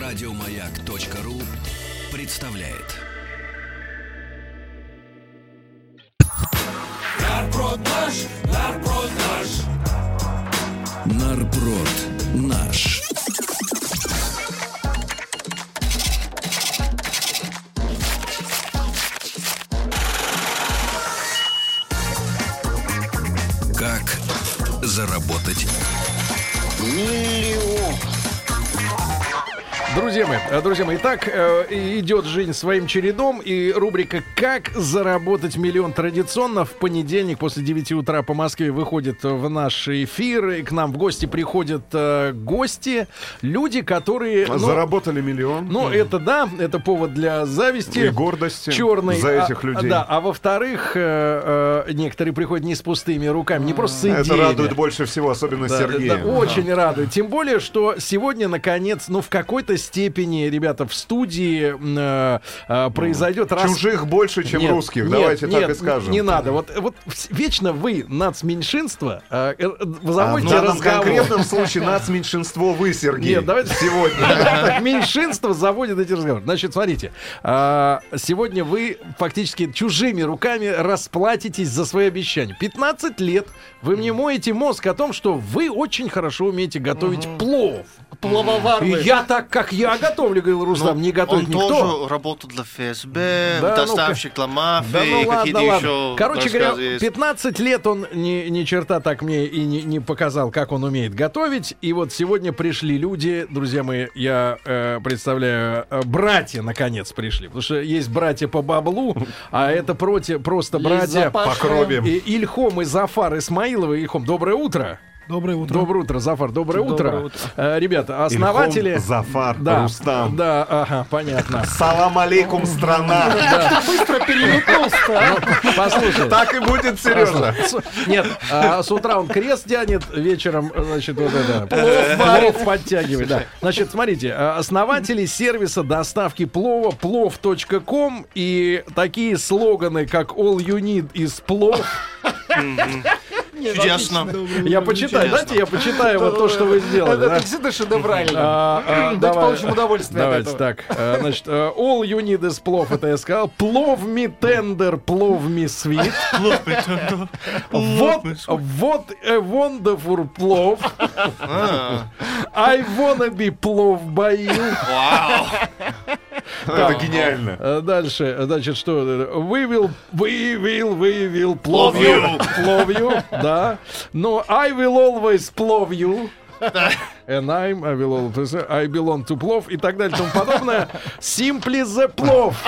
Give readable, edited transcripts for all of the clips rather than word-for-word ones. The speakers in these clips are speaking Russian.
Радиомаяк.ру представляет. Нарброд наш, нарброд наш. Нарброд наш. Как заработать миллион? Друзья мои, итак, идет жизнь своим чередом, и рубрика «Как заработать миллион» традиционно в понедельник после 9 утра по Москве выходит в наш эфир, и к нам в гости приходят гости, люди, которые... заработали миллион. Это да, это повод для зависти. И гордости черной, за этих людей. Да, а во-вторых, некоторые приходят не с пустыми руками, не просто с идеями. Это радует больше всего, особенно Сергея. Очень радует. Тем более, что сегодня, наконец, в какой-то степени, ребята, в студии произойдет... Чужих больше, чем русских, давайте так и скажем. Не надо. Вот вечно вы, нацменьшинство, заводите в данном разговор. конкретном случае нацменьшинство вы, Сергей. Нет, давайте сегодня. Меньшинство заводит эти разговоры. Значит, смотрите. Сегодня вы фактически чужими руками расплатитесь за свои обещания. 15 лет вы мне моете мозг о том, что вы очень хорошо умеете готовить плов. Плововарный. И я так, как я готовлю, говорил Рустам, не готовит никто. Он тоже работал для ФСБ, доставщик для мафии, какие-то еще... Короче говоря, 15 лет он ни черта так мне и не показал, как он умеет готовить. И вот сегодня пришли люди, друзья мои, я представляю, братья наконец пришли. Потому что есть братья по баблу, а это просто братья по крови. Ильхом и Зафар Исмаиловы. Ильхом, доброе утро. Доброе утро. Доброе утро, Зафар, доброе утро. Ребята, основатели... Ильхом, Зафар, да, Рустам. Да, ага, понятно. Салам алейкум, страна. Быстро переметнулся. Послушай. Так и будет, Сережа. Нет, с утра он крест тянет, вечером, значит, вот это... Плов подтягивает, да. Значит, смотрите, основатели сервиса доставки плова plov.com и такие слоганы, как All You Need is плов. Чудесно. Я почитаю, знаете, я почитаю вот то, что вы сделали. Это действительно шедеврально. Давайте получим удовольствие от Давайте этого. так. Значит, all you need is плов, это я сказал. Плов me tender, плов me sweet. Вот a wonderful плов. I wanna be плов by you. Вау. Это гениально. Дальше, значит, что? We will плов you. Да. Но I will always плов you. And I belong to плов и так далее и тому подобное. Simply the плов.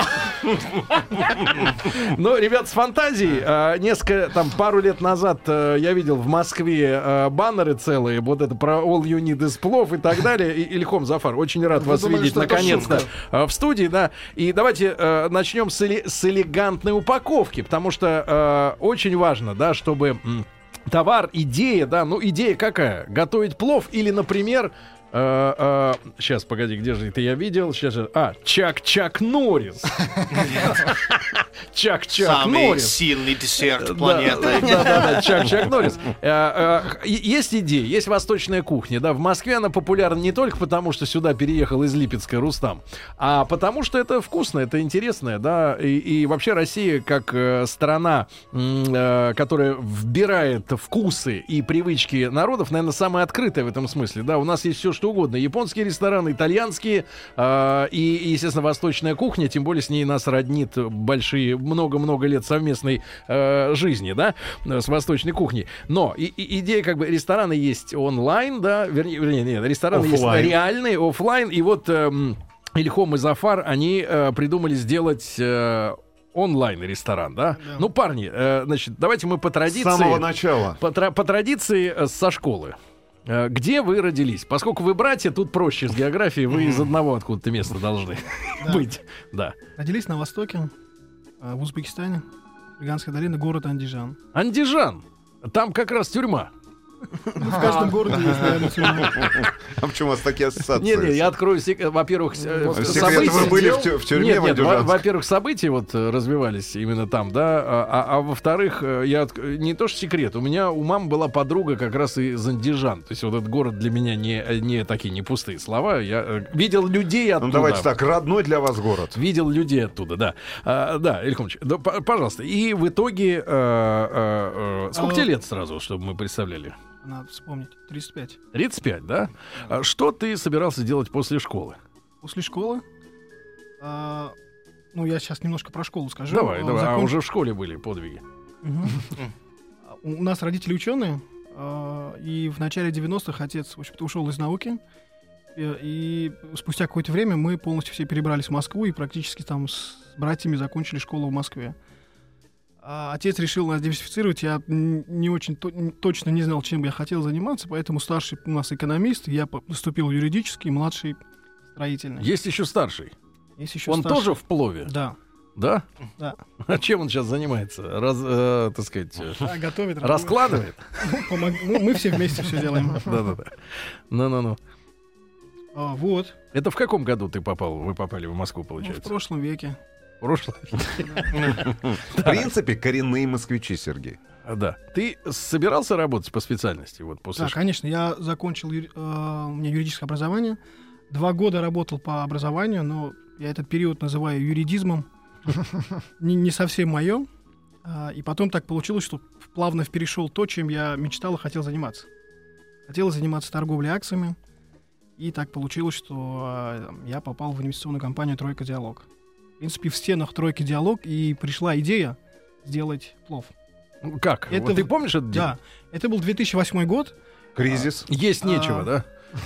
Ну, ребят, с фантазией. Пару лет назад я видел в Москве баннеры целые. Вот это про All You Need is плов и так далее. И Ильхом, Зафар, очень рад вас видеть наконец-то в студии, да. И давайте начнем с элегантной упаковки, потому что очень важно, да, чтобы... Товар, идея, да, идея какая? Готовить плов или, например, сейчас, погоди, где же это я видел? Сейчас же, Чак Норрис. Чак Самый Норрис. сильный десерт планеты. Да, Чак Норрис. Есть идея, есть восточная кухня, да. В Москве она популярна не только потому, что сюда переехал из Липецка Рустам, а потому что это вкусно, это интересно, да. И вообще Россия как страна, которая вбирает вкусы и привычки народов, наверное, самая открытая в этом смысле, да. У нас есть все, что угодно. Японские рестораны, итальянские и, естественно, восточная кухня, тем более с ней нас роднит много-много лет совместной жизни, да, с восточной кухней. Но идея, как бы, рестораны есть онлайн, да, вернее, нет, рестораны оффлайн. Есть реальные, оффлайн, и вот Ильхом и Зафар, они придумали сделать... онлайн-ресторан, да? Ну, парни, значит, давайте мы по традиции... С самого начала. По традиции со школы. Где вы родились? Поскольку вы братья, тут проще с географией, вы из одного откуда-то места должны быть. Да. Родились на востоке, в Узбекистане, Ферганская долина, город Андижан. Андижан. Там как раз тюрьма. В каждом городе есть, наверное, тюрьма. А почему у вас такие ассоциации? Нет, я открою секрет. Во-первых, Вы события... были в тюрьме? Нет, во-первых, события вот развивались именно там, да, а во-вторых, я не то что секрет, у мамы была подруга как раз из Андижан, то есть вот этот город для меня не такие не пустые слова, я видел людей оттуда. Ну давайте так, родной для вас город. Видел людей оттуда, да. Да, Илья Ильич, да, пожалуйста. И в итоге сколько тебе лет сразу, чтобы мы представляли? Надо вспомнить. 35. 35, да? Что ты собирался делать после школы? После школы? Ну, я сейчас немножко про школу скажу. Давай. А уже в школе были подвиги. У нас родители ученые, и в начале 90-х отец, в общем-то, ушел из науки. И спустя какое-то время мы полностью все перебрались в Москву и практически там с братьями закончили школу в Москве. Отец решил нас диверсифицировать. Я не очень точно не знал, чем бы я хотел заниматься, поэтому старший у нас экономист, я поступил в юридический, младший строительный. Есть еще старший? Есть еще он старший. Тоже в плове? Да. Да? Да. А чем он сейчас занимается? Так сказать, готовит. Раскладывает? Мы все вместе все делаем. Да-да-да. Ну. Вот. Это в каком году вы попали в Москву, получается? В прошлом веке. В принципе, коренные москвичи, Сергей. Да. Ты собирался работать по специальности? Вот после да, конечно. Я закончил, у меня юридическое образование. 2 года работал по образованию, но я этот период называю юридизмом. Не совсем мое. И потом так получилось, что плавно перешел то, чем я мечтал и хотел заниматься. Хотел заниматься торговлей акциями. И так получилось, что я попал в инвестиционную компанию «Тройка Диалог». В принципе, в стенах «Тройки Диалог» и пришла идея сделать плов. Как? Вот ты помнишь этот день? Да. Это был 2008 год. Кризис. Есть нечего, да?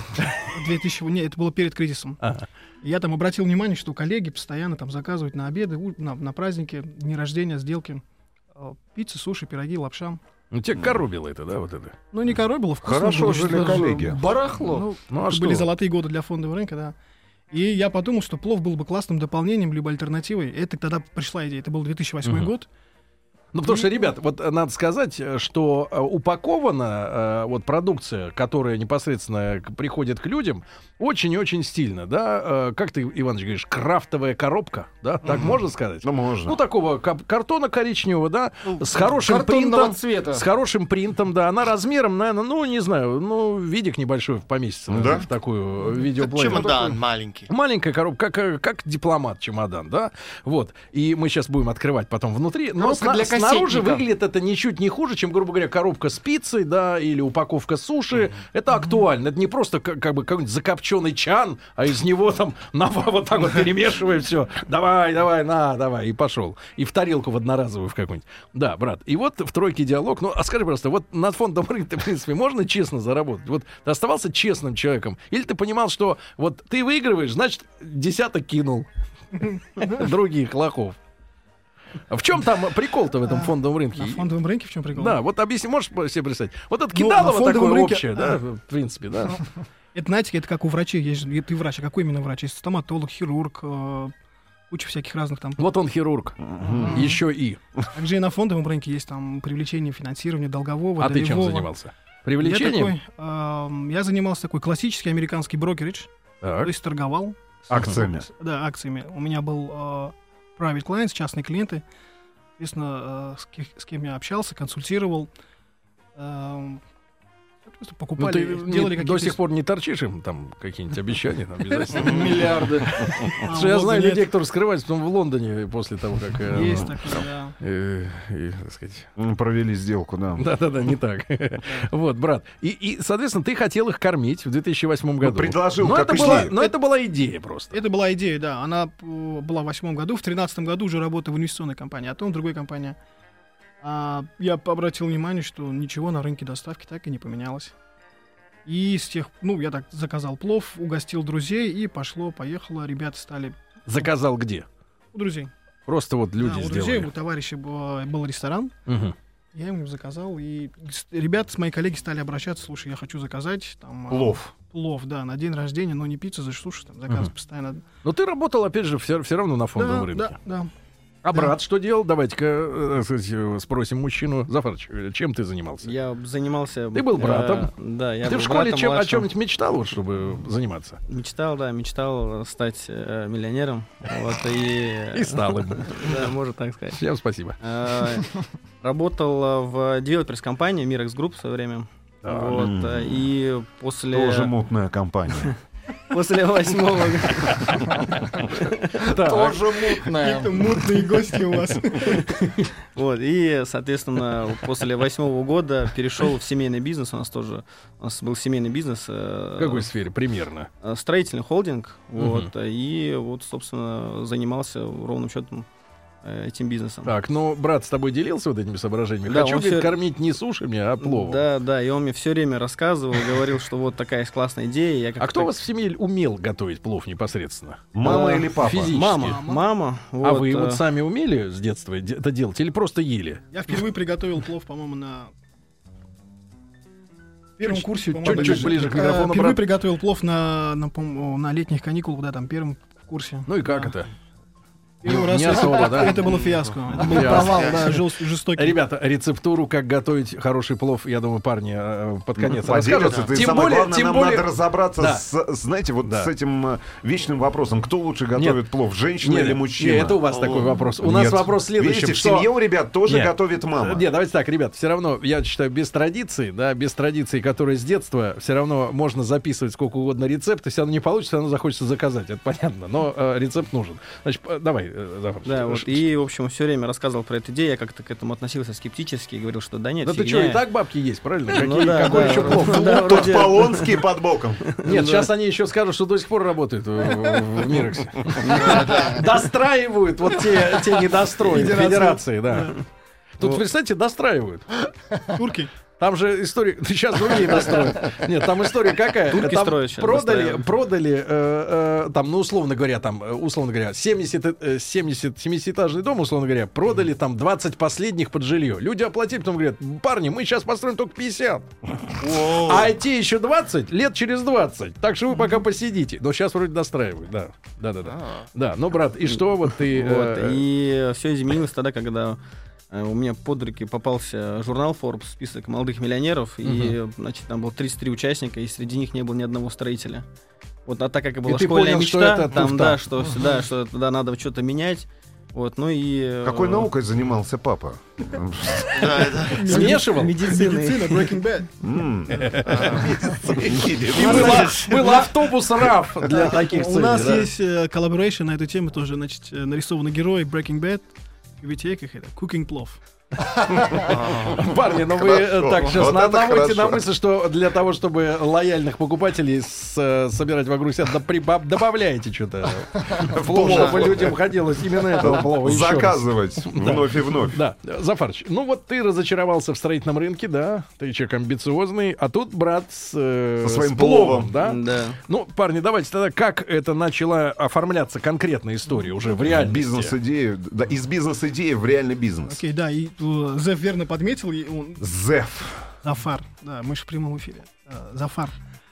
Нет, это было перед кризисом. Я там обратил внимание, что коллеги постоянно там заказывают на обеды, на праздники, дни рождения, сделки. Пиццы, суши, пироги, лапша. Ну, тебя коробило это, да, вот это? Ну, не коробило, вкусно. Хорошо было, жили коллеги. Барахло. Ну, а что? Были золотые годы для фондового рынка, да. И я подумал, что плов был бы классным дополнением, либо альтернативой. Это тогда пришла идея. Это был 2008 год. Ну, потому что, ребят, вот надо сказать, что упакована вот продукция, которая непосредственно приходит к людям, очень и очень стильно, да? Как ты, Иваныч, говоришь, крафтовая коробка, да? Так можно сказать? Ну, можно. Ну, такого картона коричневого, да? С хорошим принтом. Цвета. С хорошим принтом, да. Она размером, наверное, ну, не знаю, ну, видик небольшой поместится да? в такую видеоплеер. Чемодан маленький. Маленькая коробка, как дипломат чемодан, да? Вот. И мы сейчас будем открывать потом внутри. Но снаружи выглядит это ничуть не хуже, чем, грубо говоря, коробка с пиццей, да, или упаковка суши. Это актуально. Это не просто как бы какой-нибудь закопченный чан, а из него там вот так вот перемешиваем все. Давай, и пошел. И в тарелку в одноразовую в какую-нибудь. Да, брат. И вот в «Тройке Диалог». Ну, а скажи просто, вот над фондом рынка, в принципе, можно честно заработать? Вот ты оставался честным человеком? Или ты понимал, что вот ты выигрываешь, значит, десяток кинул других лохов? В чем там прикол-то в этом фондовом рынке? На фондовом рынке в чем прикол? Да, вот объясни, можешь себе представить? Вот это кидалово такое рынке, общее, да, в принципе, да. Это, знаете, это как у врачей. Есть же, ты врач, а какой именно врач? Есть стоматолог, хирург, куча всяких разных там. Вот он хирург. Еще и. Также и на фондовом рынке есть там привлечение финансирования долгового, А долевого. ты чем занимался? Привлечением? Я занимался такой классический американский брокеридж. Так. То есть торговал. Акциями. Да, акциями. У меня был private clients, частные клиенты. Соответственно, с кем я общался, консультировал. Покупали, ну, ты делали какие-то... до сих пор не торчишь им там какие-нибудь обещания? Обязательно. Миллиарды. Я знаю людей, кто раскрывается потом в Лондоне после того, как... Есть такое, да. Провели сделку, да. Да-да-да, не так. Вот, брат. И, соответственно, ты хотел их кормить в 2008 году. Предложил, но как это была идея просто. Это была идея, да. Она была в 2008 году. В 2013 году уже работаю в инвестиционной компании, а потом в другой компании. Я обратил внимание, что ничего на рынке доставки так и не поменялось. И с тех, я так заказал плов, угостил друзей, и поехало, ребята стали... Заказал где? У друзей. Просто вот люди сделали. У друзей, у товарища был ресторан, я ему заказал, и ребята, мои коллеги стали обращаться: слушай, я хочу заказать там... Плов, да, на день рождения, но не пиццу, за суши, там, заказ постоянно. Но ты работал, опять же, все равно на фондовом рынке. Да. А брат что делал? Давайте-ка спросим мужчину. Зафарыч, чем ты занимался? Я занимался... Ты был братом. Да, я ты был в школе братом о чем-нибудь мечтал, вот, чтобы заниматься? Мечтал стать миллионером. Вот, и стал им. Да, можно так сказать. Всем спасибо. Работал в девелоперс-компании Mirex Group в свое время. Вот, и после... Тоже мутная компания. После 8-го... Тоже мутная. Какие-то мутные гости у вас. Вот, и, соответственно, после 8-го года перешел в семейный бизнес. У нас был семейный бизнес. В какой сфере примерно? Строительный холдинг. Вот, и вот, собственно, занимался ровным счетом этим бизнесом. Так, ну, брат с тобой делился вот этими соображениями? Да, хочу, говорит, кормить не сушами, а пловом. Да, и он мне все время рассказывал, говорил, что вот такая есть классная идея. А кто у вас в семье умел готовить плов непосредственно? Мама или папа? Физически. Мама. Вот, а вы вот сами умели с детства это делать или просто ели? Я впервые приготовил плов, по-моему, на первом курсе. Чуть-чуть ближе к микрофону, впервые брат. приготовил плов на летних каникулах, да, там, первом курсе. Ну и как это? Первый раз не особо, да? Это было фиаско. Это был провал, да, жестокий. Ребята, рецептуру, как готовить хороший плов, я думаю, парни под конец поделятся. расскажут. Тем более, нам надо разобраться знаете, вот с этим вечным вопросом, кто лучше готовит плов, женщина или мужчина? Нет, это у вас такой вопрос. У нас вопрос следующий. Видите, в семье у ребят тоже готовит мама. Нет, давайте так, ребят, все равно, я считаю, без традиции, которые с детства, все равно можно записывать сколько угодно рецептов, все равно не получится, все равно захочется заказать, это понятно, но рецепт нужен. Значит, давай, Зафарыч. Да, вот, и, в общем, все время рассказывал про эту идею, я как-то к этому относился скептически и говорил, что да нет, да ты что, и так бабки есть, правильно? Какой еще плов? Тут Полонский под боком. Нет, сейчас они еще скажут, что до сих пор работают в Мирексе. Достраивают вот те недострои федерации, да. Тут, представьте, достраивают. Турки. Там же история... Сейчас другие достроят. Нет, там история какая? Турки там строят сейчас. Продали там, ну, условно говоря, 70-этажный дом, условно говоря, продали там 20 последних под жилье. Люди оплатили, потом говорят, парни, мы сейчас построим только 50. А те еще 20 лет через 20. Так что вы пока посидите. Но сейчас вроде достраивают, да. Да, ну, брат, и что вот ты... И все изменилось тогда, когда... У меня под руки попался журнал Forbes, список молодых миллионеров, и, значит, там было 33 участника, и среди них не было ни одного строителя. Вот, а так как была школьная мечта, там, что надо что-то менять. Вот, ну и... Какой наукой занимался папа? Смешивал? Медицина, Breaking Bad. Был автобус RAF для таких целей. У нас есть коллаборейшн на эту тему тоже, значит, нарисованы герои Breaking Bad. В ячейках это cooking плов. Парни, ну вы так сейчас наводите на мысль, что для того, чтобы лояльных покупателей собирать вокруг себя, добавляете что-то. Плова людям хотелось именно этого плова. Заказывать вновь и вновь. Да, Зафарыч, ну вот ты разочаровался в строительном рынке, да, ты человек амбициозный, а тут брат со своим пловом, да? Ну, парни, давайте тогда, как это начала оформляться конкретная история уже в реальности? Бизнес-идея, да, из бизнес-идеи в реальный бизнес. Окей, да, и Зеф верно подметил. Зеф. Зафар, да, мы же в прямом эфире. Зафар.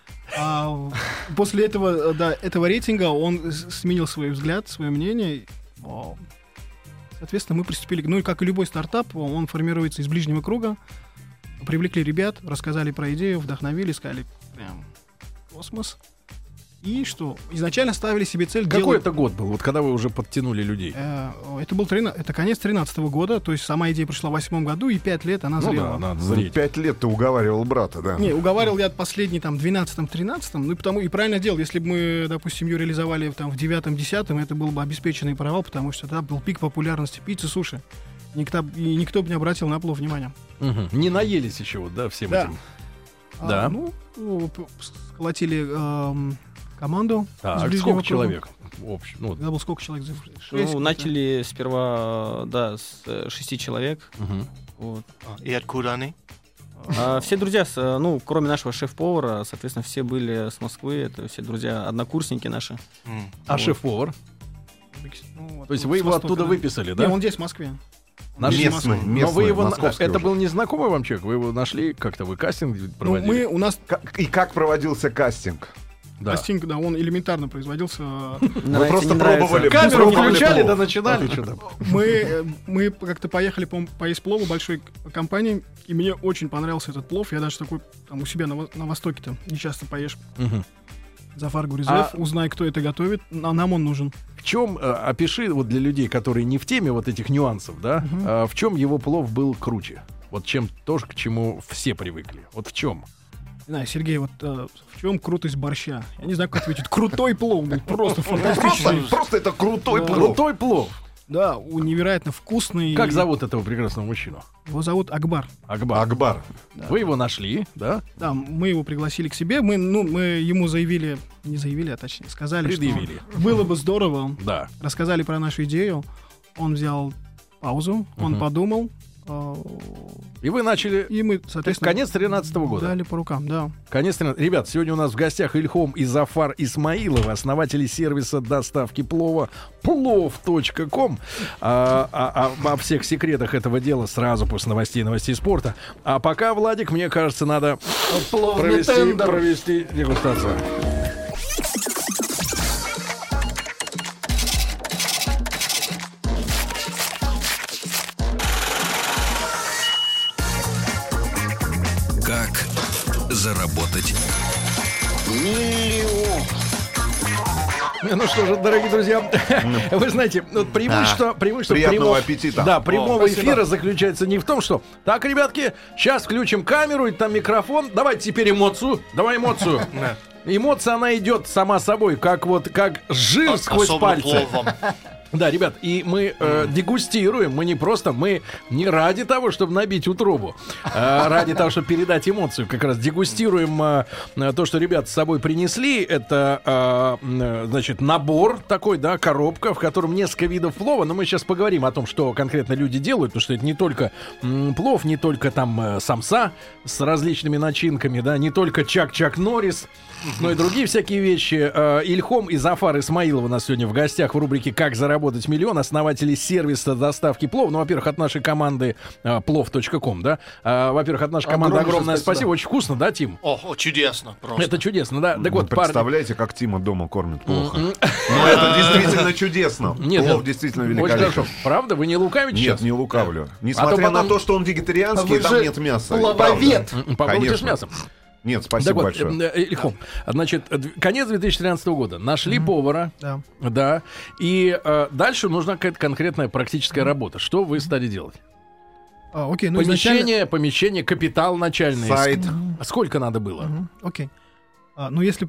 После этого рейтинга он сменил свой взгляд, свое мнение. Соответственно, мы приступили, ну и как и любой стартап, он формируется из ближнего круга. Привлекли ребят, рассказали про идею, вдохновили, сказали, прям космос. И что? Изначально ставили себе цель делать... Какой это год был, вот когда вы уже подтянули людей? Это был это конец 13-го года, то есть сама идея пришла в 8-м году, и 5 лет она зрела. Ну да, надо зреть. 5 лет ты уговаривал брата, да? Не, уговаривал я последний, там, 12-м, 13-м, ну и потому и правильно делал. Если бы мы, допустим, ее реализовали там в 9-м, 10-м, это был бы обеспеченный провал, потому что тогда был пик популярности пиццы, суши. Никто бы не обратил на плов внимания. Не наелись еще вот, да, всем этим? Да. Сколотили... команду. Так, сколько человек? Когда был сколько человек? 6, начали сперва, с 6 человек. Вот. И откуда они? Все друзья, кроме нашего шеф-повара, соответственно, все были с Москвы. Это все друзья, однокурсники наши. А шеф-повар? То есть вы его оттуда выписали, да? Не, он здесь, в Москве. Местный, но вы его, это уже. был незнакомый вам человек? Вы его нашли? Как-то вы кастинг проводили? И как проводился кастинг? пластинка, да, он элементарно производился. Вы просто пробовали. Камеру включали, да начинали что-то. Мы как-то поехали, по-моему, поесть плов у большой компании, и мне очень понравился этот плов. Я даже такой там у себя на Востоке-то не часто поешь. Зафар, говорю, узнай, кто это готовит, нам он нужен. В чем, опиши вот для людей, которые не в теме вот этих нюансов, да, в чем его плов был круче? Вот чем тоже, к чему все привыкли. Вот в чем? Не знаю, Сергей, вот в чем крутость борща? Я не знаю, как ответить. Крутой плов, просто фантастический. Просто это крутой плов. Крутой плов. Да, невероятно вкусный. Как зовут этого прекрасного мужчину? Его зовут Акбар. Акбар. Да. Вы его нашли, да? Да, мы его пригласили к себе. Мы ему точнее, сказали, предъявили, что было бы здорово. Да. Рассказали про нашу идею. Он взял паузу, он подумал. И вы начали... И мы, соответственно... Конец 13-го года. Дали по рукам, да. Конец 13-го. Ребят, сегодня у нас в гостях Ильхом и Зафар Исмаиловы, основатели сервиса доставки плова plov.com. О всех секретах этого дела сразу после новостей спорта. А пока, Владик, мне кажется, надо провести дегустацию. Заработать миллион. Ну что же, дорогие друзья, вы знаете, вот преимущество приятного аппетита. Да, прямого эфира заключается не в том, что так, ребятки, сейчас включим камеру и там микрофон. Давайте теперь эмоцию. Давай эмоцию. Эмоция, она идет сама собой, как жир сквозь пальцы. Да, ребят, и мы дегустируем, мы не ради того, чтобы набить утробу, ради того, чтобы передать эмоцию, как раз дегустируем то, что ребята с собой принесли. Это, значит, набор такой, да, коробка, в котором несколько видов плова, но мы сейчас поговорим о том, что конкретно люди делают, потому что это не только плов, не только там самса с различными начинками, да, не только Чак Норрис, но и другие всякие вещи. Ильхом и Зафар Исмаиловы у нас сегодня в гостях в рубрике «Как заработать миллион», основатели сервиса доставки плов. Ну, во-первых, от нашей команды plov.com, да? Во-первых, от нашей команды огромное спасибо. Очень вкусно, да, Тим? О, чудесно просто. Это чудесно, да. Так вот, представляете, как Тима дома кормят плохо. Ну, это действительно чудесно. Плов действительно великолепен. Правда? Вы не лукавите сейчас? Нет, не лукавлю. Несмотря на то, что он вегетарианский, там нет мяса. Плововед. Попробуйте с мясом. Нет, спасибо большое. Ильхом, значит, конец 2013 года. Нашли повара. Да. И дальше нужна какая-то конкретная практическая работа. Что вы стали делать? Окей, ну помещение, капитал начальный. Сайт. Сколько надо было? Окей. Ну, если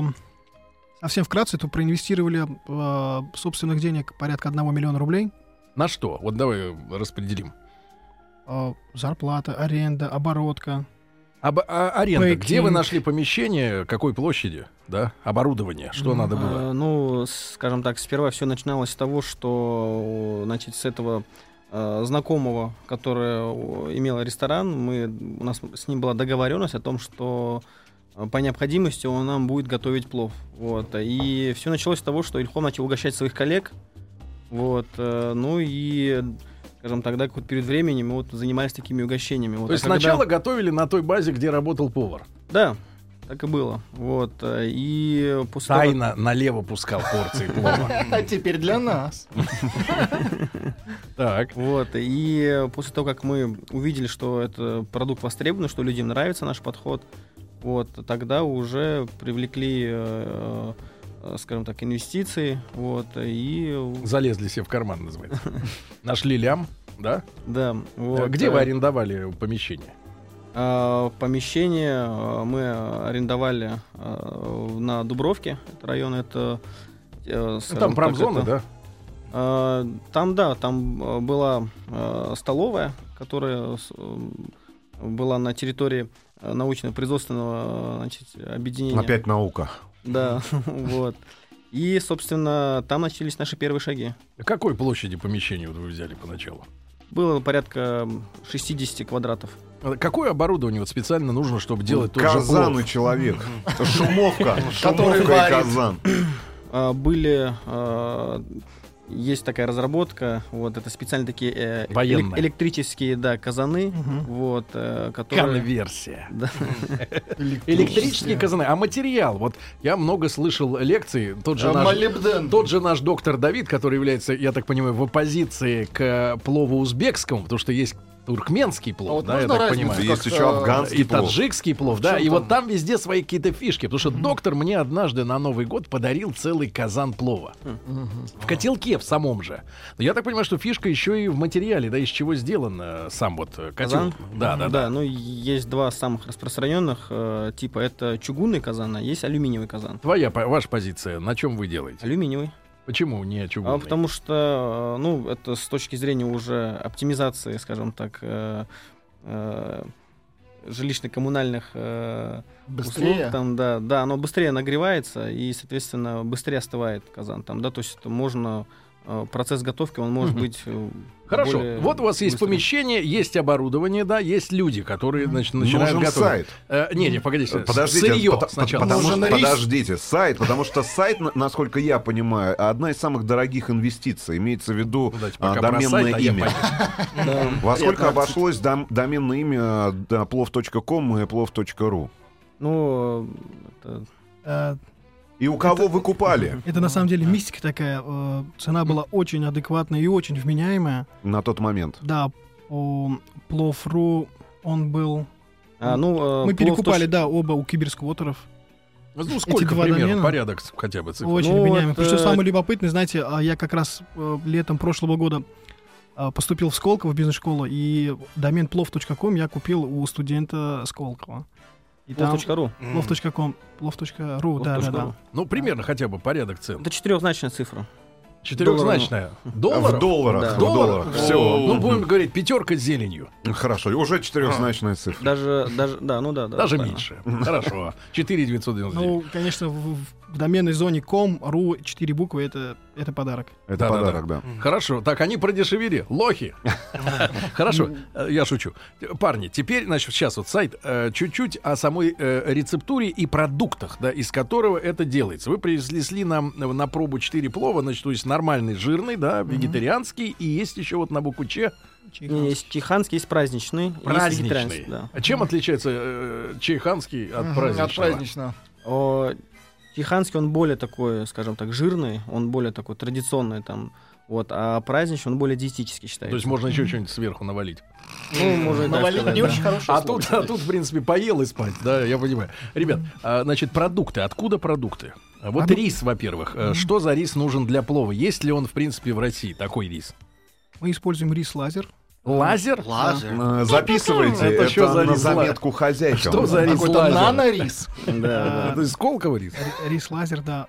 совсем вкратце, то проинвестировали собственных денег порядка 1 миллиона рублей. На что? Вот давай распределим. Зарплата, аренда, оборотка. Аренда. Пэкинг. Где вы нашли помещение, какой площади, да? Оборудование, что надо было? Ну, скажем так, сперва все начиналось с того, что, значит, с этого знакомого, который имел ресторан, у нас с ним была договоренность о том, что по необходимости он нам будет готовить плов. Вот. И все началось с того, что Ильхом начал угощать своих коллег. Вот. Ну и... Скажем, тогда какой-то период времени мы занимались такими угощениями. То есть сначала готовили на той базе, где работал повар? Да, так и было. Вот. И после Тайно налево пускал порции плова. А теперь для нас. Так. Вот. И после того, как мы увидели, что это продукт востребованный, что людям нравится наш подход, вот, тогда уже привлекли... скажем так, инвестиции, вот, и... Залезли себе в карман, называется. Нашли лям, да? Да. Вот. Где вы арендовали помещение? Помещение мы арендовали на Дубровке, это район, это... Там промзона, да? Там была столовая, которая была на территории научно-производственного, значит, объединения. Опять наука. Да, вот. И, собственно, там начались наши первые шаги. Какой площади помещения вы взяли поначалу? Было порядка 60 квадратов. Какое оборудование специально нужно, чтобы делать тот же плов? Казан и человек. Это шумовка. Шумовка и казан. Были есть такая разработка, вот это специально такие электрические, казаны, вот, которые... Конверсия. Электрические казаны. А материал? Вот я много слышал лекций. Тот же наш доктор Давид, который является, я так понимаю, в оппозиции к плову узбекскому, потому что есть туркменский плов, я так понимаю. Есть еще афганский плов. И таджикский плов, и вот там везде свои какие-то фишки. Потому что доктор мне однажды на Новый год подарил целый казан плова. В котелке в самом же. Но я так понимаю, что фишка еще и в материале, из чего сделан сам вот котел. Казан? Да. Ну, есть два самых распространенных типа. Это чугунный казан, а есть алюминиевый казан. Ваша позиция, на чем вы делаете? Алюминиевый. Почему не чугунный? Потому что, это с точки зрения уже оптимизации, скажем так, жилищно-коммунальных быстрее? Услуг, оно быстрее нагревается и, соответственно, быстрее остывает казан. То есть это можно... Процесс готовки, он может быть... Хорошо, вот у вас есть помещение, есть оборудование, есть люди, которые начинают готовить. Сайт. Погодите. Сырье сначала. Подождите, сайт, потому что сайт, насколько я понимаю, одна из самых дорогих инвестиций, имеется в виду доменное имя. Во сколько обошлось доменное имя plov.com и plov.ru? И у кого вы купали? Это на самом деле мистика такая. Цена была очень адекватная и очень вменяемая. На тот момент. Да, по Plov.ru он был... мы перекупали, оба у Киберсквотеров. Сколько примерно? Порядок хотя бы цифр. Очень вменяемый. Потому что самое любопытное, знаете, я как раз летом прошлого года поступил в Сколково, в бизнес-школу, и домен plov.com я купил у студента Сколково. Plov.ru. Plov.ru, да. Ну, примерно хотя бы порядок цен. Это 4-значная цифра. 4-значная. Долларов? В долларах. В долларах. Все. Будем говорить, 5 с зеленью. Хорошо, уже 4-значная цифра. Даже меньше. Хорошо. 4,999. Конечно, в доменной зоне .com, .ru, 4 буквы, это подарок. Это подарок, да. Хорошо. Так, они продешевели. Лохи. Хорошо, я шучу. Парни, теперь, сейчас вот сайт чуть-чуть о самой рецептуре и продуктах, из которого это делается. Вы принесли нам на пробу 4 плова, то есть нормальный, жирный, вегетарианский, и есть еще вот на букву Ч. Есть чайханский, есть праздничный. Праздничный. Есть да. А чем отличается чайханский от праздничного? Чайханский, он более такой, скажем так, жирный, он более такой традиционный а праздничный, он более диетический считается. То есть можно еще что-нибудь сверху навалить? Можно навалить не очень хорошо. А тут, в принципе, поел и спать, я понимаю. Ребят, продукты. Откуда продукты? Вот рис, во-первых. Что за рис нужен для плова? Есть ли он, в принципе, в России такой рис? Мы используем рис-лазер. Лазер? Записывайте это на заметку хозяйкам. Что за рис лазер? Нано-рис. Это из Сколково рис? Рис-лазер, да.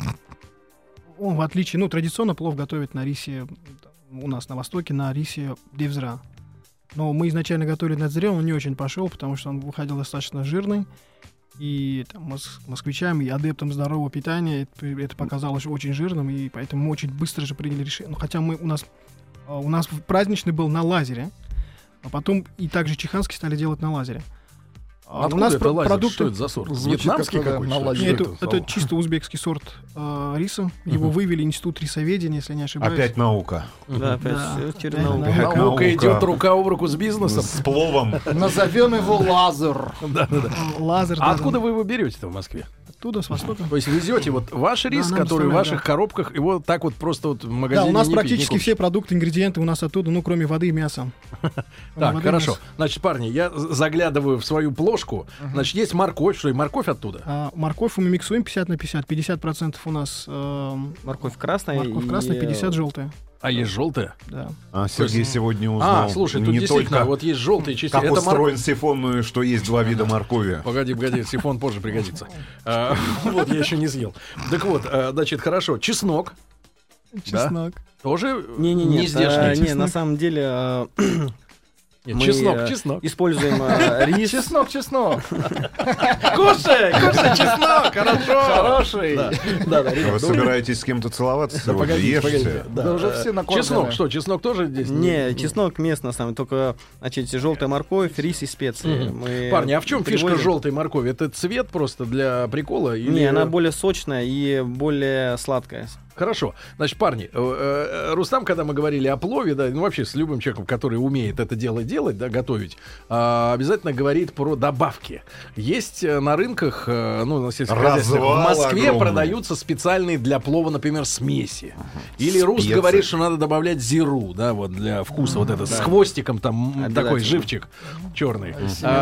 Он, в отличие, традиционно плов готовят на рисе, у нас на Востоке, на рисе девзра. Но мы изначально готовили на дзре, он не очень пошел, потому что он выходил достаточно жирный. И москвичам, и адептам здорового питания это показалось очень жирным, и поэтому мы очень быстро же приняли решение. Хотя у нас праздничный был на лазере, а потом и также чайханский стали делать на лазере. Откуда у нас это лазер? Продукты... Что это за сорт? Вьетнамский какой-то? Это чисто узбекский сорт риса. Его вывели Институт рисоведения, если не ошибаюсь. Опять наука. Да, опять наука. Наука идет рука об руку с бизнесом. С пловом. Назовем его лазер. Лазер. А откуда вы его берете-то в Москве? Оттуда, с востока. То есть везете ваш рис, который в ваших коробках, его так вот просто в магазине. Да, у нас практически все продукты, ингредиенты у нас оттуда, кроме воды и мяса. Так, хорошо. Значит, парни, я заглядываю в свою плошку. Значит, есть морковь. Что, и морковь оттуда? Морковь мы миксуем 50 на 50. 50% у нас морковь красная. Морковь красная, 50 желтая. А есть желтая? Да. Сергей сегодня узнал. Слушай, тут действительно, вот есть желтый частично. Как устроен сифон, что есть два вида моркови. Погоди, сифон позже пригодится. Вот, я еще не съел. Так вот, значит, хорошо. Чеснок. Чеснок. Тоже не здешний? Не, на самом деле... Нет, чеснок. Используем рис. Чеснок. Кушай, чеснок, хороший. Вы собираетесь с кем-то целоваться сегодня? Ешьте. Да уже все накормлены. Чеснок, что, чеснок тоже здесь? Не, чеснок местный, на самом деле, только, желтая морковь, рис и специи. Парни, а в чем фишка желтой моркови? Это цвет просто для прикола? Не, она более сочная и более сладкая. Хорошо. Значит, парни, Рустам, когда мы говорили о плове, да, ну вообще с любым человеком, который умеет это дело делать, да, готовить, обязательно говорит про добавки. Есть на рынках, ну, на сельском хозяйстве, в Москве продаются специальные для плова, например, смеси. Или Рус говорит, что надо добавлять зиру, да, вот для вкуса, вот это с хвостиком там такой живчик черный.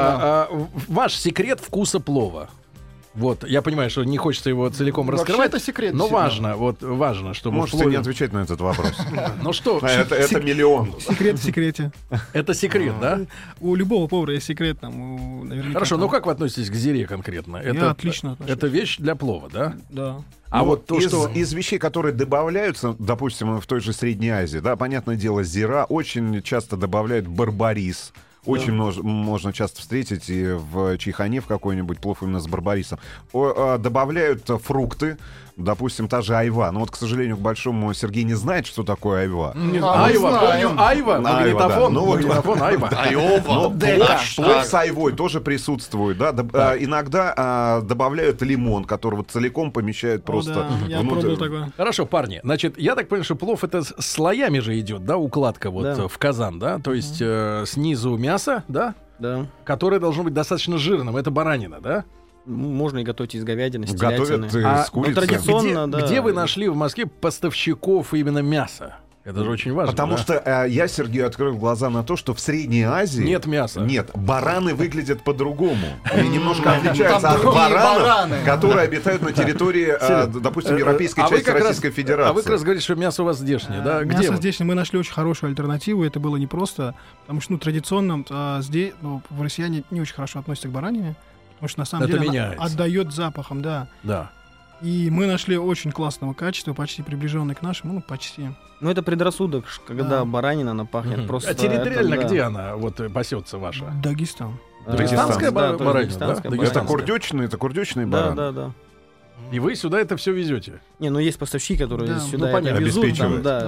Ваш секрет вкуса плова. Вот, я понимаю, что не хочется его целиком раскрывать, это секрет, но важно, чтобы... Можете не отвечать на этот вопрос. Ну что? Это миллион. Секрет в секрете. Это секрет, да? У любого повара есть секрет. Хорошо, ну как вы относитесь к зире конкретно? Я отлично отношусь. Это вещь для плова, да? Да. А вот то, из вещей, которые добавляются, допустим, в той же Средней Азии, да, понятное дело, зира, очень часто добавляют барбарис. Очень можно часто встретить и в чайхане в какой-нибудь плов именно с барбарисом. Добавляют фрукты, допустим, та же айва. Но вот, к сожалению, к большому Сергей не знает, что такое айва. Айва, помню, айва, магнитофон. Ну, магнитофон, айва. Айова. Плов с айвой тоже присутствует, да. Иногда добавляют лимон, которого целиком помещают просто я пробовал такое. Хорошо, парни. Значит, я так понимаю, что плов это слоями же идет, да, укладка вот в казан, да? То есть снизу мясо, да? Да. Которое должно быть достаточно жирным. Это баранина, да? Можно и готовить из говядины, с телятины. Готовят из курицы. Традиционно, где вы нашли в Москве поставщиков именно мяса? Это же очень важно. Потому что я Сергею открыл глаза на то, что в Средней Азии нет мяса. Нет, бараны выглядят по-другому. И немножко отличаются от баранов, которые обитают на территории, допустим, европейской части Российской Федерации. А вы как раз говорите, что мясо у вас здешнее, да? Мясо здешнее. Мы нашли очень хорошую альтернативу. Это было непросто, потому что традиционно здесь в россияне не очень хорошо относятся к баранине. Потому что на самом деле она отдает запахом, да. Да. И мы нашли очень классного качества, почти приближенный к нашему, ну почти. Ну это предрассудок, когда баранина, она пахнет просто. А территориально где она вот пасется ваша? Дагестан. Дагестанская баранина, да? Это курдючные бараны. Да. И вы сюда это все везете? Не, ну есть поставщики, которые сюда это везут.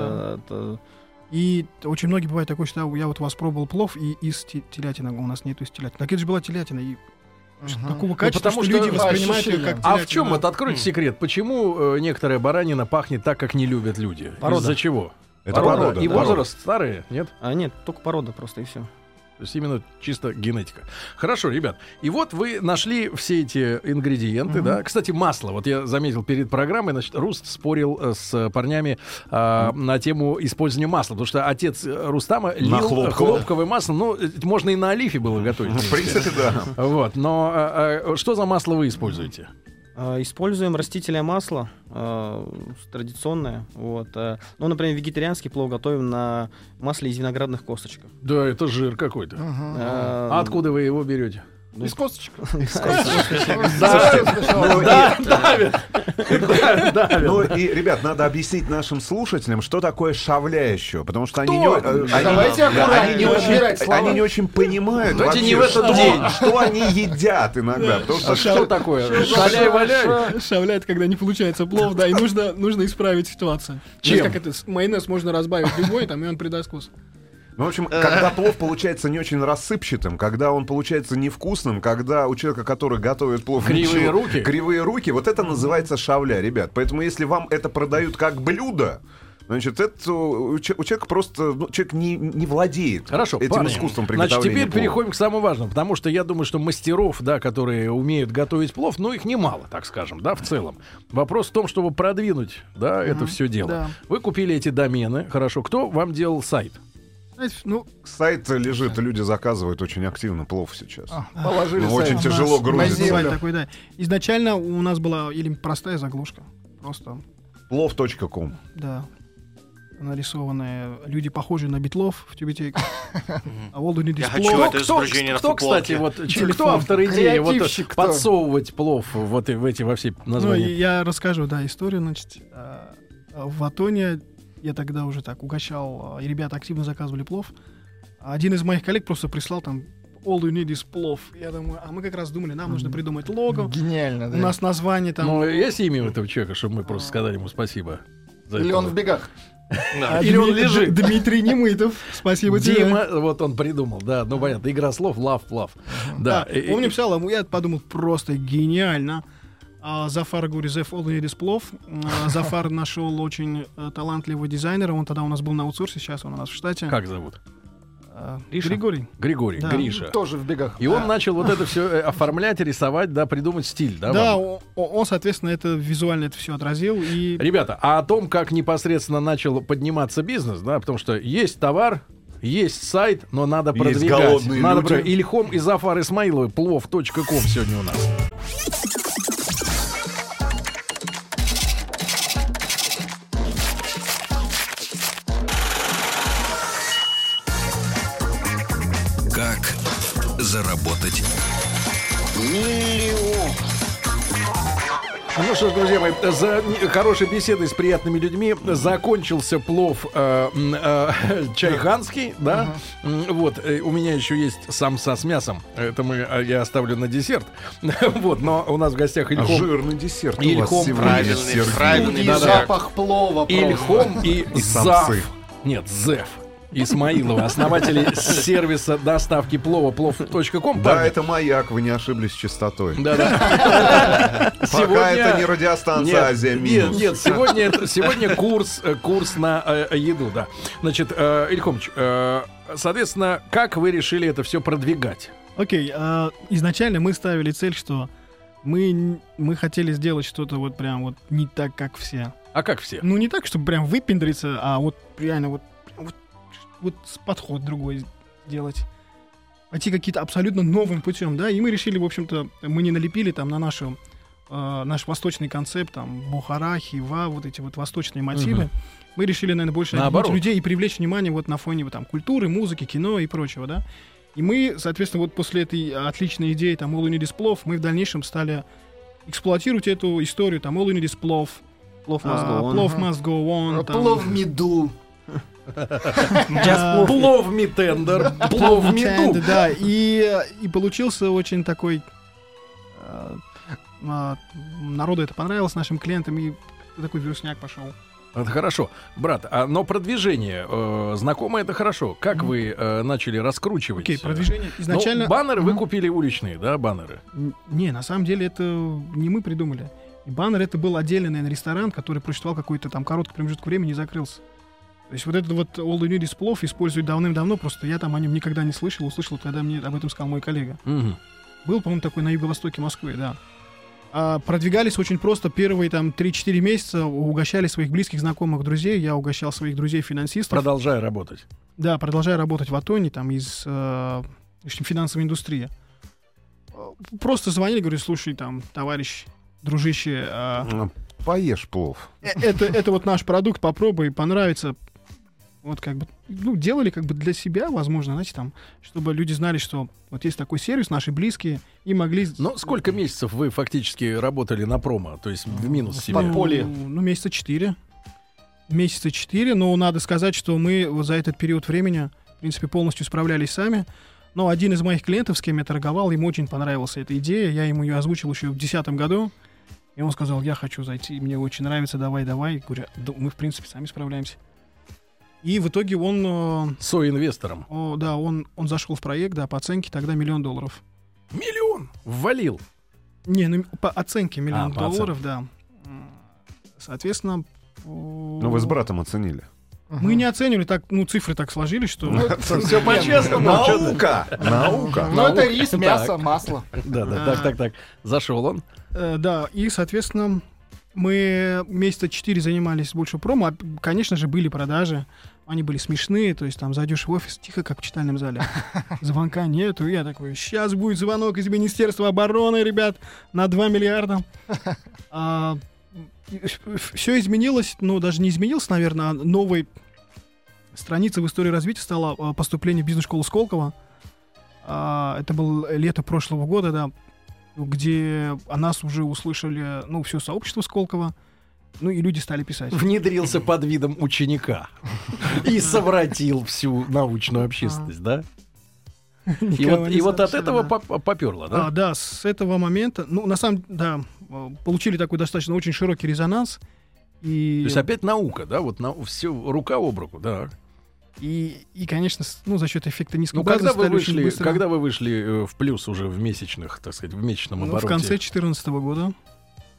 И очень многие бывает такое, что я вот у вас пробовал плов, и из телятины, у нас нету из телятины. Так это же была телятина, и такого качества, что люди воспринимают ее как телятину. А в чем это? Откройте секрет. Почему некоторая баранина пахнет так, как не любят люди? Из-за чего? Это порода. И возраст старые, нет? Нет, только порода просто, и все. То есть именно чисто генетика. Хорошо, ребят. И вот вы нашли все эти ингредиенты, да? Кстати, масло. Вот я заметил перед программой, значит, Руст спорил с парнями на тему использования масла. Потому что отец Рустама лил хлопковое масло. Ну, можно и на олифе было готовить. В принципе, да. Вот. Но что за масло вы используете? Используем растительное масло, традиционное. Вот. Ну, например, вегетарианский плов готовим на масле из виноградных косточек. Да, это жир какой-то. А откуда вы его берете? Из косточек. Ну и, ребят, надо объяснить нашим слушателям, что такое шавля еще, потому что они не очень понимают вообще, что они едят иногда. Что такое? Шаляй-валяй? Шавля — это когда не получается плов, да, и нужно исправить ситуацию. Чем? Как это, майонез можно разбавить любой, там, и он придаст вкус. Ну, в общем, когда плов получается не очень рассыпчатым, когда он получается невкусным, когда у человека, который готовит плов, кривые руки, вот это называется шавля, ребят. Поэтому если вам это продают как блюдо, значит, это у человека просто человек не владеет этим искусством приготовления. Значит, теперь плова. переходим к самому важному, потому что я думаю, что мастеров, да, которые умеют готовить плов, ну, их немало, так скажем, да, в целом. Вопрос в том, чтобы продвинуть, да, это все дело. Да. Вы купили эти домены, хорошо. Кто вам делал сайт? Сайт лежит, люди заказывают очень активно плов сейчас. Положили сайт. Очень тяжело грузится. Такой, да. Изначально у нас была или простая заглушка. Просто plov.com. Да. Нарисованные люди, похожие на битлов в тюбетейках. Я хочу это изображение на футболке. Кто, кстати, кто автор идеи вот подсовывать плов вот во все названия? Ну, я расскажу, да, историю, значит. В Атоне я тогда уже так угощал, и ребята активно заказывали плов. Один из моих коллег просто прислал там all you need is плов. Я думаю, а мы как раз думали, нам нужно придумать лого. Гениально, да. У нас название там... Ну, есть имя этого человека, чтобы мы просто сказали ему спасибо. Или он в бегах. Или он лежит. Дмитрий Немытов, спасибо тебе. Дима, вот он придумал, да, ну понятно, игра слов, лав, плав. Да. Он мне писал, я подумал, просто гениально. Зафар, говорю, Зеф All You Need Is Plov. Зафар нашел очень талантливого дизайнера. Он тогда у нас был на аутсорсе, сейчас он у нас в штате. Как зовут? Григорий. Григорий, да. Гриша. Тоже в бегах. И он начал вот это все оформлять, рисовать, да, придумать стиль, да? Да, он, соответственно, это визуально это все отразил. И... Ребята, а о том, как непосредственно начал подниматься бизнес, да, потому что есть товар, есть сайт, но надо продвигать. Надо Ильхом и Зафар Исмаиловы, plov.com сегодня у нас. Как заработать миллион? Ну что ж, друзья мои, за хорошей беседой с приятными людьми закончился плов чайханский, да? Вот, у меня еще есть самса с мясом. Это я оставлю на десерт. Вот, но у нас в гостях Ильхом. Жирный десерт. Ильхом, правильный запах плова. Ильхом и Зав. Нет, Зеф Исмаилова, основатели сервиса доставки плова plov.com. Да, это маяк, вы не ошиблись с частотой. Да-да. Пока это не радиостанция Азия Минус. Нет, сегодня курс на еду, да. Значит, Ильхомыч, соответственно, как вы решили это все продвигать? Окей, изначально мы ставили цель, что мы хотели сделать что-то вот прям вот не так, как все. А как все? Ну, не так, чтобы прям выпендриться, а вот реально вот подход другой делать. Пойти какие-то абсолютно новым путем, да, и мы решили, в общем-то, мы не налепили там на наш восточный концепт, там, Бухара, Хива, вот эти вот восточные мотивы. Мы решили, наверное, больше объединить людей и привлечь внимание вот на фоне вот, там, культуры, музыки, кино и прочего, да. И мы, соответственно, вот после этой отличной идеи, там, All You Need Is Plov, мы в дальнейшем стали эксплуатировать эту историю, там, All You Need Is Plov, Plov Must Go On, Plov Меду. Плов Митендер, плов Меду. Да, и получился очень такой... Народу это понравилось, нашим клиентам, и такой вирусняк пошел. Это хорошо. Брат, но продвижение, знакомо это хорошо. Как вы начали раскручивать? Окей, продвижение изначально... Баннеры вы купили уличные, да, баннеры? Не, на самом деле это не мы придумали. И баннер это был отдельный, наверное, ресторан, который просчитал какой-то там короткий промежуток времени и закрылся. То есть вот этот вот All You Need Is Plov используют давным-давно, просто я там о нем никогда не слышал, услышал, когда мне об этом сказал мой коллега. Был, по-моему, такой на юго-востоке Москвы, да. Продвигались очень просто. Первые там 3-4 месяца угощали своих близких, знакомых, друзей. Я угощал своих друзей-финансистов. Продолжая работать. Да, продолжая работать в Атоне, там, из финансовой индустрии. Просто звонили, говорю, слушай, там, товарищ, дружище... Поешь плов. Это вот наш продукт, попробуй, понравится. Вот как бы, ну, делали как бы для себя, возможно, знаете, там, чтобы люди знали, что вот есть такой сервис, наши близкие, и могли... Но сколько месяцев вы фактически работали на промо, то есть в минус себе? Ну, месяца 4. Месяца 4, но надо сказать, что мы вот за этот период времени, в принципе, полностью справлялись сами. Но один из моих клиентов, с кем я торговал, ему очень понравилась эта идея, я ему ее озвучил еще в 2010 году. И он сказал, я хочу зайти, мне очень нравится, давай. Я говорю, да, мы, в принципе, сами справляемся. И в итоге он... Соинвестором. Да, он зашел в проект, да, по оценке тогда $1 миллион. $1 миллион? Ввалил? Не, ну, по оценке $1 миллион, да. Соответственно... Ну, вы с братом оценили. Мы не оценивали, так, ну, цифры так сложились, что... Все по-честному. Наука! Ну, это рис, мясо, масло. Да, так. Зашел он. Да, и, соответственно, мы месяца 4 занимались больше промо. Конечно же, были продажи. Они были смешные. То есть там зайдешь в офис, тихо, как в читальном зале. Звонка нету. И я такой, сейчас будет звонок из Министерства обороны, ребят, на 2 миллиарда. Все изменилось, ну, даже не изменилось, наверное, а новой страницей в истории развития стало поступление в бизнес-школу Сколково. Это было лето прошлого года, да, где о нас уже услышали, ну, все сообщество Сколково, ну, и люди стали писать. Внедрился под видом ученика и совратил всю научную общественность, да? И вот от этого поперло, да? Да, с этого момента, ну, на самом деле, да, получили такой достаточно очень широкий резонанс. То есть опять наука, да? Вот все рука об руку, да. И, конечно, ну, за счет эффекта низкого газа когда вы вышли в плюс уже в месячных, так сказать, в месячном обороте? В конце 2014 года.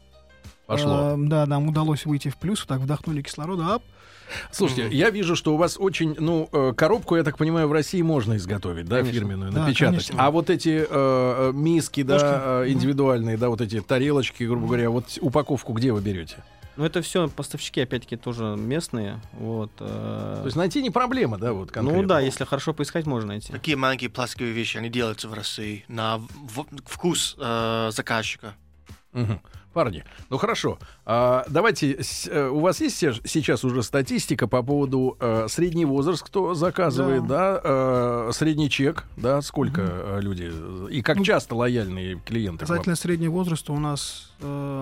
Пошло. Да, нам удалось выйти в плюс, так вдохнули кислорода. Слушайте, я вижу, что у вас очень, коробку, я так понимаю, в России можно изготовить, да, конечно. фирменную, Да, напечатать. конечно. А вот эти миски, да, индивидуальные, да, вот эти тарелочки, грубо говоря, вот упаковку где вы берете? Ну, это все поставщики, опять-таки, тоже местные. Вот, То есть найти не проблема, да, вот конкретно? Ну да, если хорошо поискать, можно найти. Такие маленькие пластиковые вещи, они делаются в России на вкус заказчика. Угу. Парни, ну хорошо. Давайте, у вас есть сейчас уже статистика по поводу средний возраст, кто заказывает, да, средний чек, да, сколько люди, и как часто лояльные клиенты? Касательно среднего возраста у нас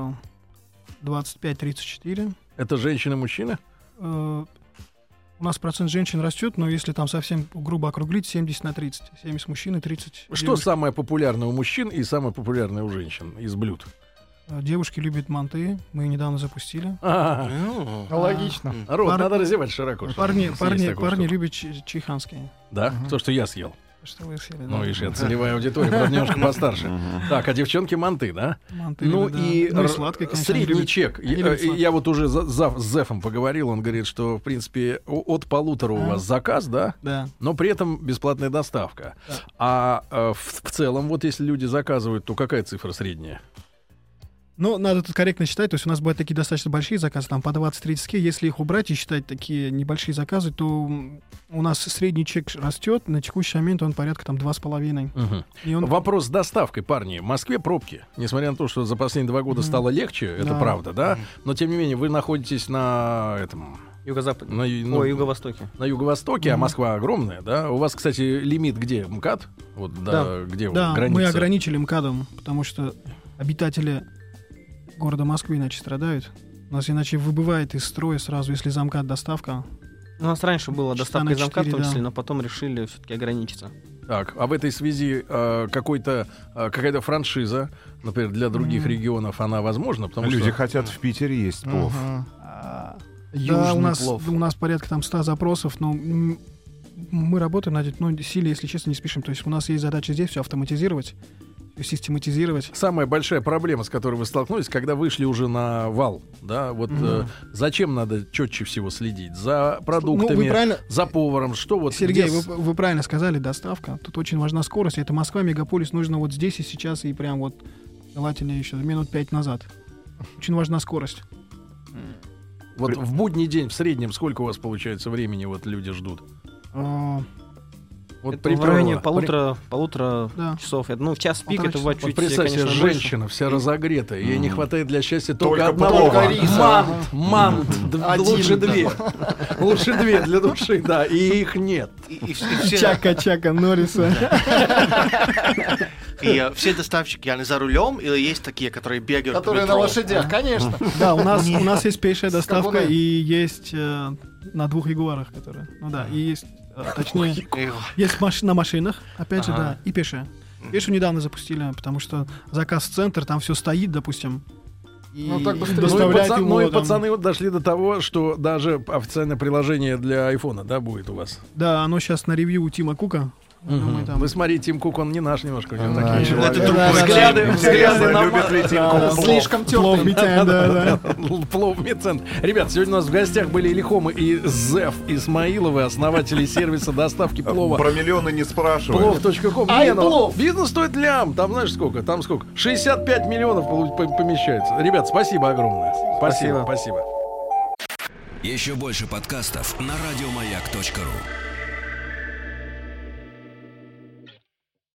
25-34. Это женщины-мужчины? У нас процент женщин растет, но если там совсем грубо округлить, 70/30. 70 мужчин и 30 Что девушек. самое популярное у мужчин и самое популярное у женщин из блюд? Девушки любят манты, мы их недавно запустили. Логично. Народ, надо разевать широко. Парни любят чайханские. Да? То, что я съел. Что вы съели, Ну, да? видишь, я целевая аудитория, правда, немножко постарше. Так, а девчонки манты, да? Манты Ну любят, да. и Ну и сладкое, конечно, они средний любят. чек. Они любят сладкое. Я вот уже с Зефом поговорил, он говорит, что, в принципе, от 1,5 у вас заказ, да? Да. Но при этом бесплатная доставка. Да. А в целом, вот если люди заказывают, то какая цифра средняя? Ну, надо тут корректно считать, то есть у нас бывают такие достаточно большие заказы, там по 20-30 кей, если их убрать и считать такие небольшие заказы, то у нас средний чек растет, на текущий момент он порядка там 2,5. Угу. И он... Вопрос с доставкой, парни. В Москве пробки. Несмотря на то, что за последние 2 года стало легче, это Да. правда, да? Но, тем не менее, вы находитесь на этом... Юго-западе. На юго-востоке. На юго-востоке, а Москва огромная, да? У вас, кстати, лимит где? МКАД? Вот, да, где Да, граница? мы ограничили МКАДом, потому что обитатели города Москвы иначе страдают. У нас иначе выбывает из строя сразу, если за МКАД доставка. У нас раньше была Часа доставка на из замка, в 4, том числе, да. но потом решили все-таки ограничиться. Так, а в этой связи какая-то франшиза, например, для других регионов, она возможна? Потому Люди что... хотят в Питере есть плов. Да, Южный плов. у нас порядка там 100 запросов, но мы работаем над этим, но сильно, если честно, не спешим. То есть у нас есть задача здесь все автоматизировать, систематизировать. Самая большая проблема, с которой вы столкнулись, когда вышли уже на вал, да, вот зачем надо четче всего следить? За продуктами, Ну, вы правильно... за поваром, что вот... Сергей, где вы правильно сказали, доставка. Тут очень важна скорость. Это Москва, мегаполис, нужно вот здесь и сейчас, и прям вот желательно еще минут 5 назад. Очень важна скорость. Вот в будний день в среднем сколько у вас получается времени вот люди ждут? Вот Это в районе прорыва. полутора Да. часов. Это, ну, в час пик 1,5 это бывает Вот чуть, представьте, конечно, женщина больше. вся разогретая, ей не хватает для счастья Только только одного. плова. Мант, Один, лучше да. 2. Лучше 2 для души, да, и их нет. И все, Чака Норриса. все доставщики, они за рулем, или есть такие, которые бегают по Которые на метро? лошадях, конечно. Да, у нас есть пешая доставка Скакуны. и есть на 2 ягуарах, которые. Ну да, и есть, точнее, есть на машинах, опять же, да, и пешая. Пешую недавно запустили, потому что заказ в центр, там все стоит, допустим. И Ну, так быстрее. доставлять его Ну и там. пацаны вот дошли до того, что даже официальное приложение для айфона, да, будет у вас. Да, оно сейчас на ревью у Тима Кука. Думаю, там- Вы смотрите, Тим Кук, он не наш немножко, у него Да, такие человек. Это другой взгляды, человек. взгляды на Любит ли Тим Кук плов? Слишком Плов теплый. Митян, да. Плов Мецент. Ребят, сегодня у нас в гостях были Ильхом и Зеф Исмаиловы, основатели сервиса доставки плова. Про миллионы не спрашивай. Плов.ком. Ай, Не, ну, плов. бизнес стоит лям. Там знаешь сколько? Там сколько? 65 миллионов помещается. Ребят, спасибо огромное. Спасибо. Спасибо. Еще больше подкастов на радиомаяк.ру.